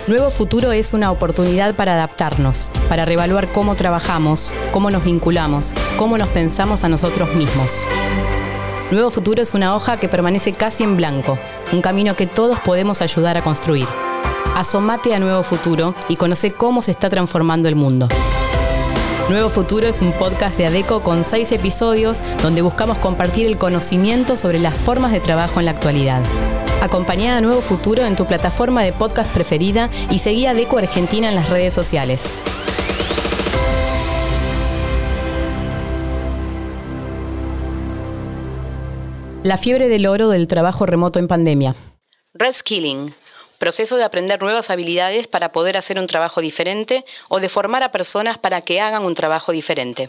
Nuevo Futuro es una oportunidad para adaptarnos, para reevaluar cómo trabajamos, cómo nos vinculamos, cómo nos pensamos a nosotros mismos. Nuevo Futuro es una hoja que permanece casi en blanco, un camino que todos podemos ayudar a construir. Asómate a Nuevo Futuro y conoce cómo se está transformando el mundo. Nuevo Futuro es un podcast de Adecco con 6 episodios donde buscamos compartir el conocimiento sobre las formas de trabajo en la actualidad. Acompañá a Nuevo Futuro en tu plataforma de podcast preferida y seguí a Adecco Argentina en las redes sociales. La fiebre del oro del trabajo remoto en pandemia. Reskilling. Proceso de aprender nuevas habilidades para poder hacer un trabajo diferente o de formar a personas para que hagan un trabajo diferente.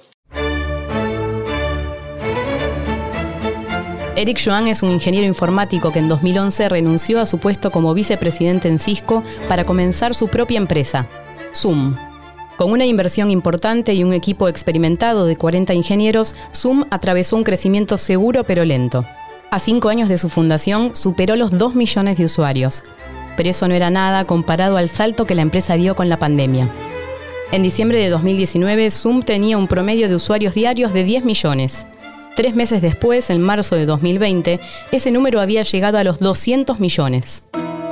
Eric Yuan es un ingeniero informático que en 2011 renunció a su puesto como vicepresidente en Cisco para comenzar su propia empresa, Zoom. Con una inversión importante y un equipo experimentado de 40 ingenieros, Zoom atravesó un crecimiento seguro pero lento. A 5 años de su fundación, superó los 2 millones de usuarios. Pero eso no era nada comparado al salto que la empresa dio con la pandemia. En diciembre de 2019, Zoom tenía un promedio de usuarios diarios de 10 millones. 3 meses después, en marzo de 2020, ese número había llegado a los 200 millones.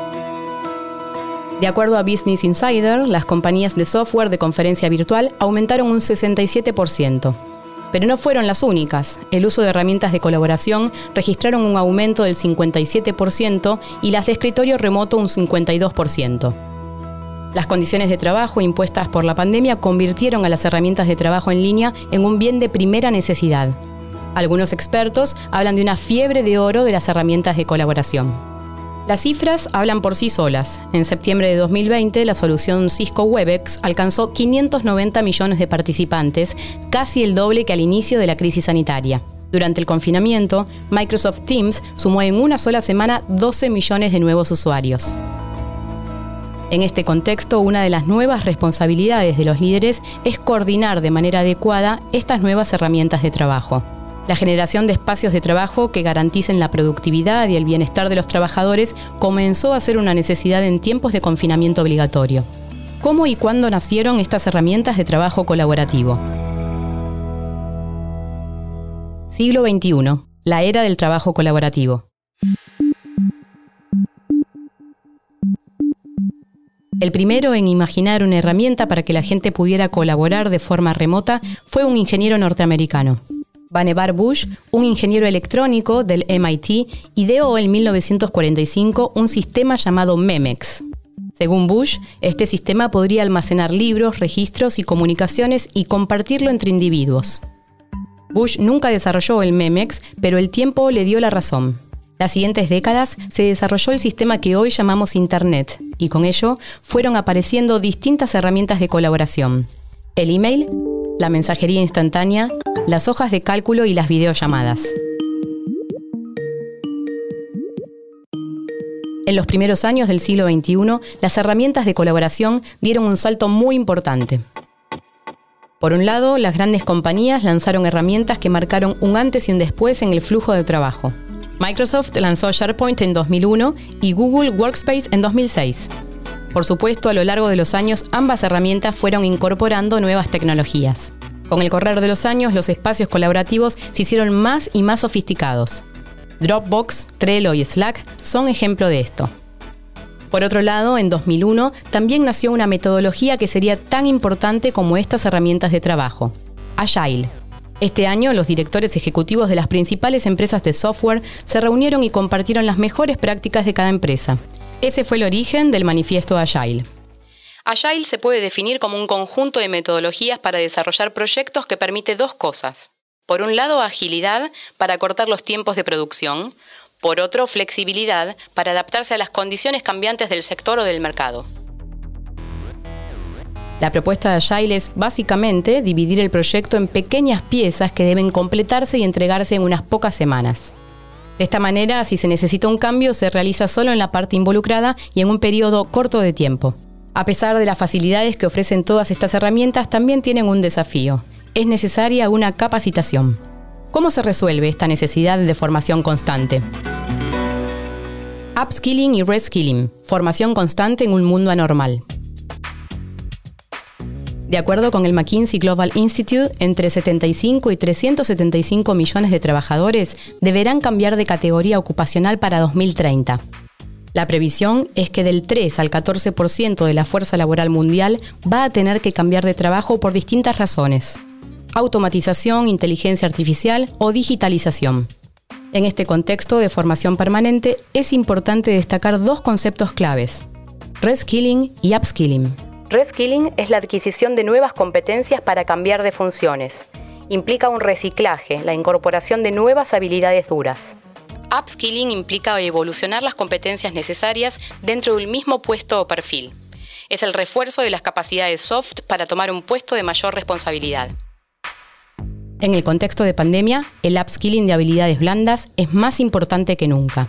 De acuerdo a Business Insider, las compañías de software de conferencia virtual aumentaron un 67%. Pero no fueron las únicas. El uso de herramientas de colaboración registraron un aumento del 57% y las de escritorio remoto un 52%. Las condiciones de trabajo impuestas por la pandemia convirtieron a las herramientas de trabajo en línea en un bien de primera necesidad. Algunos expertos hablan de una fiebre de oro de las herramientas de colaboración. Las cifras hablan por sí solas. En septiembre de 2020, la solución Cisco Webex alcanzó 590 millones de participantes, casi el doble que al inicio de la crisis sanitaria. Durante el confinamiento, Microsoft Teams sumó en una sola semana 12 millones de nuevos usuarios. En este contexto, una de las nuevas responsabilidades de los líderes es coordinar de manera adecuada estas nuevas herramientas de trabajo. La generación de espacios de trabajo que garanticen la productividad y el bienestar de los trabajadores comenzó a ser una necesidad en tiempos de confinamiento obligatorio. ¿Cómo y cuándo nacieron estas herramientas de trabajo colaborativo? Siglo XXI, la era del trabajo colaborativo. El primero en imaginar una herramienta para que la gente pudiera colaborar de forma remota fue un ingeniero norteamericano. Vannevar Bush, un ingeniero electrónico del MIT, ideó en 1945 un sistema llamado Memex. Según Bush, este sistema podría almacenar libros, registros y comunicaciones y compartirlo entre individuos. Bush nunca desarrolló el Memex, pero el tiempo le dio la razón. Las siguientes décadas se desarrolló el sistema que hoy llamamos Internet, y con ello fueron apareciendo distintas herramientas de colaboración. El email, la mensajería instantánea, las hojas de cálculo y las videollamadas. En los primeros años del siglo XXI, las herramientas de colaboración dieron un salto muy importante. Por un lado, las grandes compañías lanzaron herramientas que marcaron un antes y un después en el flujo de trabajo. Microsoft lanzó SharePoint en 2001 y Google Workspace en 2006. Por supuesto, a lo largo de los años, ambas herramientas fueron incorporando nuevas tecnologías. Con el correr de los años, los espacios colaborativos se hicieron más y más sofisticados. Dropbox, Trello y Slack son ejemplo de esto. Por otro lado, en 2001 también nació una metodología que sería tan importante como estas herramientas de trabajo: Agile. Este año, los directores ejecutivos de las principales empresas de software se reunieron y compartieron las mejores prácticas de cada empresa. Ese fue el origen del manifiesto Agile. Agile se puede definir como un conjunto de metodologías para desarrollar proyectos que permite dos cosas. Por un lado, agilidad para acortar los tiempos de producción. Por otro, flexibilidad para adaptarse a las condiciones cambiantes del sector o del mercado. La propuesta de Agile es básicamente dividir el proyecto en pequeñas piezas que deben completarse y entregarse en unas pocas semanas. De esta manera, si se necesita un cambio, se realiza solo en la parte involucrada y en un periodo corto de tiempo. A pesar de las facilidades que ofrecen todas estas herramientas, también tienen un desafío. Es necesaria una capacitación. ¿Cómo se resuelve esta necesidad de formación constante? Upskilling y reskilling, formación constante en un mundo anormal. De acuerdo con el McKinsey Global Institute, entre 75 y 375 millones de trabajadores deberán cambiar de categoría ocupacional para 2030. La previsión es que del 3 al 14% de la fuerza laboral mundial va a tener que cambiar de trabajo por distintas razones: automatización, inteligencia artificial o digitalización. En este contexto de formación permanente es importante destacar dos conceptos claves: reskilling y upskilling. Reskilling es la adquisición de nuevas competencias para cambiar de funciones. Implica un reciclaje, la incorporación de nuevas habilidades duras. Upskilling implica evolucionar las competencias necesarias dentro de un mismo puesto o perfil. Es el refuerzo de las capacidades soft para tomar un puesto de mayor responsabilidad. En el contexto de pandemia, el upskilling de habilidades blandas es más importante que nunca.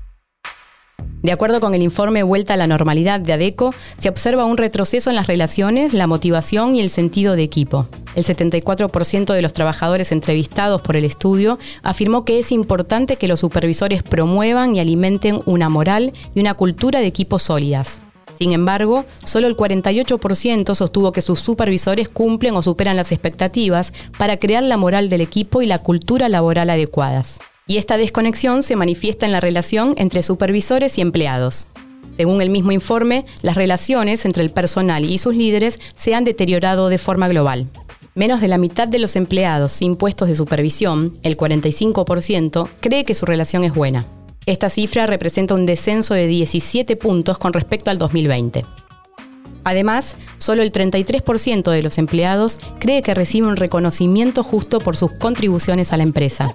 De acuerdo con el informe Vuelta a la Normalidad de ADECO, se observa un retroceso en las relaciones, la motivación y el sentido de equipo. El 74% de los trabajadores entrevistados por el estudio afirmó que es importante que los supervisores promuevan y alimenten una moral y una cultura de equipo sólidas. Sin embargo, solo el 48% sostuvo que sus supervisores cumplen o superan las expectativas para crear la moral del equipo y la cultura laboral adecuadas. Y esta desconexión se manifiesta en la relación entre supervisores y empleados. Según el mismo informe, las relaciones entre el personal y sus líderes se han deteriorado de forma global. Menos de la mitad de los empleados sin puestos de supervisión, el 45%, cree que su relación es buena. Esta cifra representa un descenso de 17 puntos con respecto al 2020. Además, solo el 33% de los empleados cree que recibe un reconocimiento justo por sus contribuciones a la empresa.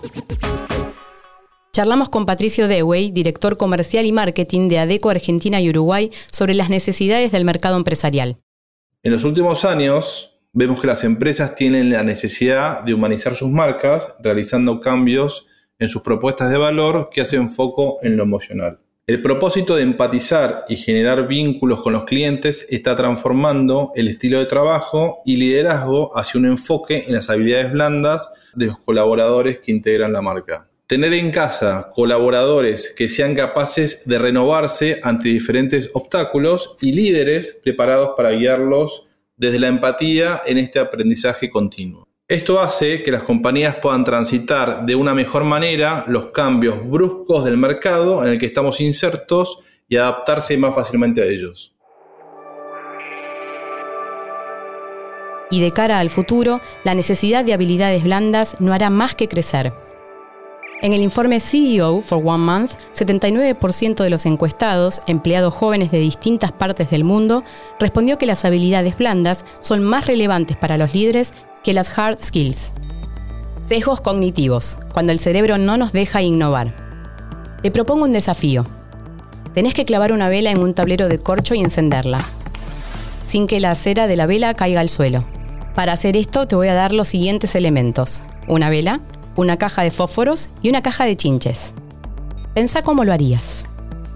Charlamos con Patricio Dewey, director comercial y marketing de ADECO Argentina y Uruguay, sobre las necesidades del mercado empresarial. En los últimos años, vemos que las empresas tienen la necesidad de humanizar sus marcas, realizando cambios en sus propuestas de valor que hacen foco en lo emocional. El propósito de empatizar y generar vínculos con los clientes está transformando el estilo de trabajo y liderazgo hacia un enfoque en las habilidades blandas de los colaboradores que integran la marca. Tener en casa colaboradores que sean capaces de renovarse ante diferentes obstáculos y líderes preparados para guiarlos desde la empatía en este aprendizaje continuo. Esto hace que las compañías puedan transitar de una mejor manera los cambios bruscos del mercado en el que estamos insertos y adaptarse más fácilmente a ellos. Y de cara al futuro, la necesidad de habilidades blandas no hará más que crecer. En el informe CEO for One Month, 79% de los encuestados, empleados jóvenes de distintas partes del mundo, respondió que las habilidades blandas son más relevantes para los líderes que las hard skills. Sesgos cognitivos, cuando el cerebro no nos deja innovar. Te propongo un desafío. Tenés que clavar una vela en un tablero de corcho y encenderla, sin que la cera de la vela caiga al suelo. Para hacer esto te voy a dar los siguientes elementos: una vela, una caja de fósforos y una caja de chinches. Pensá cómo lo harías.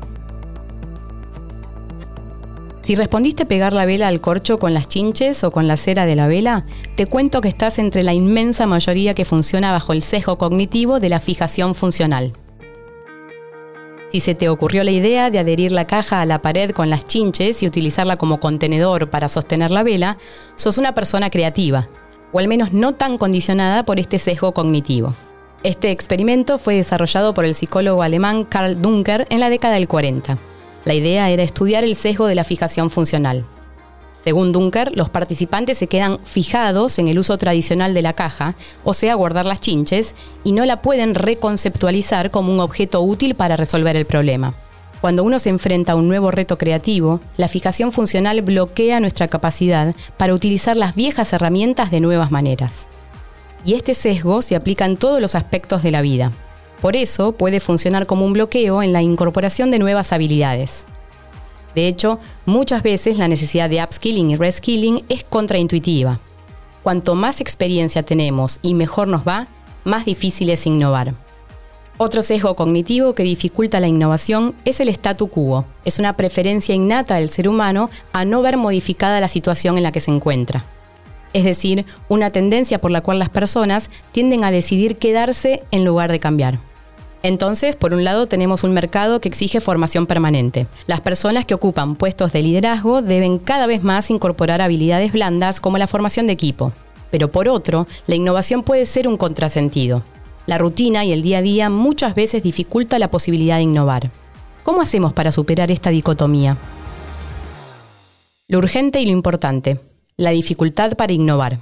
Si respondiste pegar la vela al corcho con las chinches o con la cera de la vela, te cuento que estás entre la inmensa mayoría que funciona bajo el sesgo cognitivo de la fijación funcional. Si se te ocurrió la idea de adherir la caja a la pared con las chinches y utilizarla como contenedor para sostener la vela, sos una persona creativa, o al menos no tan condicionada por este sesgo cognitivo. Este experimento fue desarrollado por el psicólogo alemán Karl Duncker en la década del 40. La idea era estudiar el sesgo de la fijación funcional. Según Duncker, los participantes se quedan fijados en el uso tradicional de la caja, o sea, guardar las chinches, y no la pueden reconceptualizar como un objeto útil para resolver el problema. Cuando uno se enfrenta a un nuevo reto creativo, la fijación funcional bloquea nuestra capacidad para utilizar las viejas herramientas de nuevas maneras. Y este sesgo se aplica en todos los aspectos de la vida. Por eso puede funcionar como un bloqueo en la incorporación de nuevas habilidades. De hecho, muchas veces la necesidad de upskilling y reskilling es contraintuitiva. Cuanto más experiencia tenemos y mejor nos va, más difícil es innovar. Otro sesgo cognitivo que dificulta la innovación es el statu quo. Es una preferencia innata del ser humano a no ver modificada la situación en la que se encuentra. Es decir, una tendencia por la cual las personas tienden a decidir quedarse en lugar de cambiar. Entonces, por un lado, tenemos un mercado que exige formación permanente. Las personas que ocupan puestos de liderazgo deben cada vez más incorporar habilidades blandas como la formación de equipo. Pero por otro, la innovación puede ser un contrasentido. La rutina y el día a día muchas veces dificulta la posibilidad de innovar. ¿Cómo hacemos para superar esta dicotomía? Lo urgente y lo importante. La dificultad para innovar.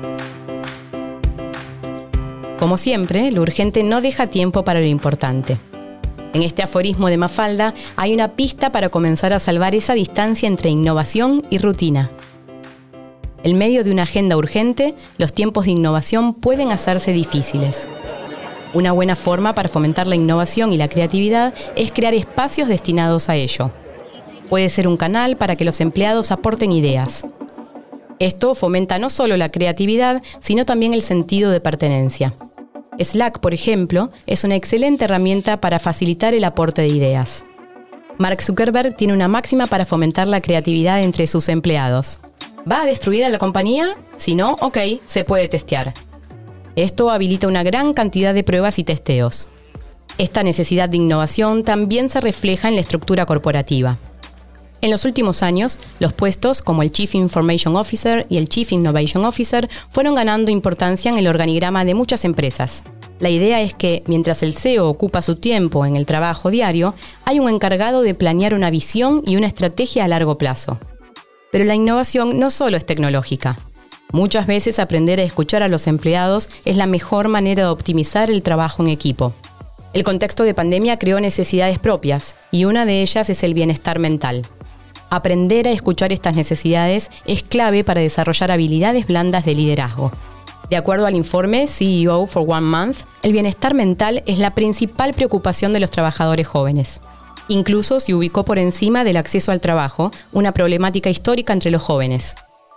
Como siempre, lo urgente no deja tiempo para lo importante. En este aforismo de Mafalda hay una pista para comenzar a salvar esa distancia entre innovación y rutina. En medio de una agenda urgente, los tiempos de innovación pueden hacerse difíciles. Una buena forma para fomentar la innovación y la creatividad es crear espacios destinados a ello. Puede ser un canal para que los empleados aporten ideas. Esto fomenta no solo la creatividad, sino también el sentido de pertenencia. Slack, por ejemplo, es una excelente herramienta para facilitar el aporte de ideas. Mark Zuckerberg tiene una máxima para fomentar la creatividad entre sus empleados. ¿Va a destruir a la compañía? Si no, ok, se puede testear. Esto habilita una gran cantidad de pruebas y testeos. Esta necesidad de innovación también se refleja en la estructura corporativa. En los últimos años, los puestos como el Chief Information Officer y el Chief Innovation Officer fueron ganando importancia en el organigrama de muchas empresas. La idea es que, mientras el CEO ocupa su tiempo en el trabajo diario, hay un encargado de planear una visión y una estrategia a largo plazo. Pero la innovación no solo es tecnológica. Muchas veces aprender a escuchar a los empleados es la mejor manera de optimizar el trabajo en equipo. El contexto de pandemia creó necesidades propias, y una de ellas es el bienestar mental. Aprender a escuchar estas necesidades es clave para desarrollar habilidades blandas de liderazgo. De acuerdo al informe CEO for One Month, el bienestar mental es la principal preocupación de los trabajadores jóvenes. Incluso se ubicó por encima del acceso al trabajo, una problemática histórica entre los jóvenes.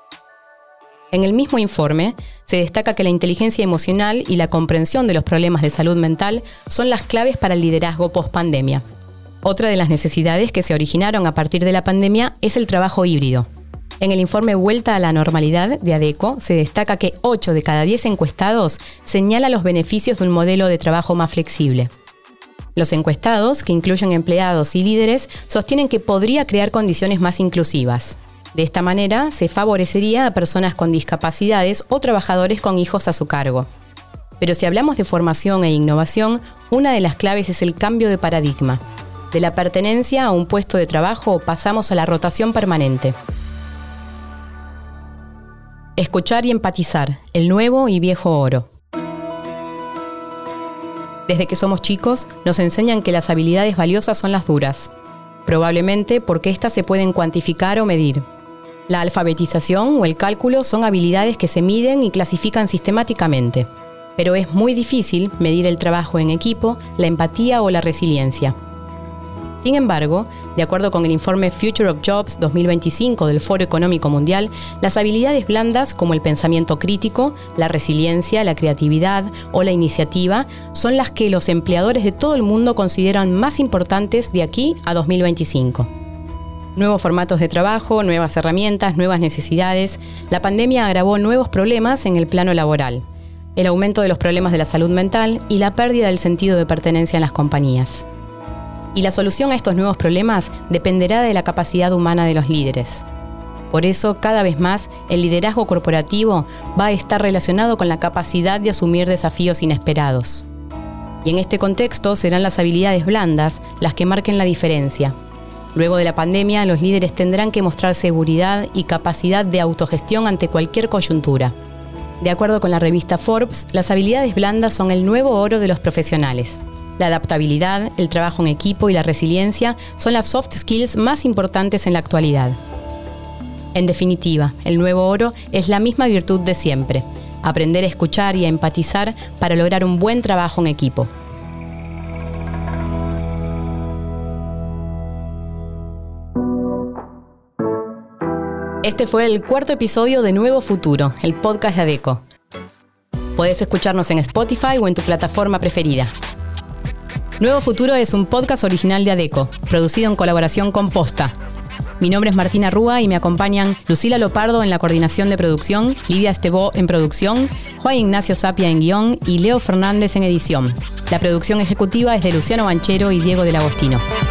En el mismo informe, se destaca que la inteligencia emocional y la comprensión de los problemas de salud mental son las claves para el liderazgo post-pandemia. Otra de las necesidades que se originaron a partir de la pandemia es el trabajo híbrido. En el informe Vuelta a la Normalidad de ADECO se destaca que 8 de cada 10 encuestados señalan los beneficios de un modelo de trabajo más flexible. Los encuestados, que incluyen empleados y líderes, sostienen que podría crear condiciones más inclusivas. De esta manera, se favorecería a personas con discapacidades o trabajadores con hijos a su cargo. Pero si hablamos de formación e innovación, una de las claves es el cambio de paradigma. De la pertenencia a un puesto de trabajo pasamos a la rotación permanente. Escuchar y empatizar, el nuevo y viejo oro. Desde que somos chicos, nos enseñan que las habilidades valiosas son las duras, probablemente porque éstas se pueden cuantificar o medir. La alfabetización o el cálculo son habilidades que se miden y clasifican sistemáticamente, pero es muy difícil medir el trabajo en equipo, la empatía o la resiliencia. Sin embargo, de acuerdo con el informe Future of Jobs 2025 del Foro Económico Mundial, las habilidades blandas como el pensamiento crítico, la resiliencia, la creatividad o la iniciativa son las que los empleadores de todo el mundo consideran más importantes de aquí a 2025. Nuevos formatos de trabajo, nuevas herramientas, nuevas necesidades. La pandemia agravó nuevos problemas en el plano laboral, el aumento de los problemas de la salud mental y la pérdida del sentido de pertenencia en las compañías. Y la solución a estos nuevos problemas dependerá de la capacidad humana de los líderes. Por eso, cada vez más, el liderazgo corporativo va a estar relacionado con la capacidad de asumir desafíos inesperados. Y en este contexto serán las habilidades blandas las que marquen la diferencia. Luego de la pandemia, los líderes tendrán que mostrar seguridad y capacidad de autogestión ante cualquier coyuntura. De acuerdo con la revista Forbes, las habilidades blandas son el nuevo oro de los profesionales. La adaptabilidad, el trabajo en equipo y la resiliencia son las soft skills más importantes en la actualidad. En definitiva, el nuevo oro es la misma virtud de siempre: aprender a escuchar y a empatizar para lograr un buen trabajo en equipo. Este fue el cuarto episodio de Nuevo Futuro, el podcast de ADECO. Podés escucharnos en Spotify o en tu plataforma preferida. Nuevo Futuro es un podcast original de ADECO, producido en colaboración con Posta. Mi nombre es Martina Rúa y me acompañan Lucila Lopardo en la coordinación de producción, Livia Estebó en producción, Juan Ignacio Sapia en guión y Leo Fernández en edición. La producción ejecutiva es de Luciano Banchero y Diego del Agostino.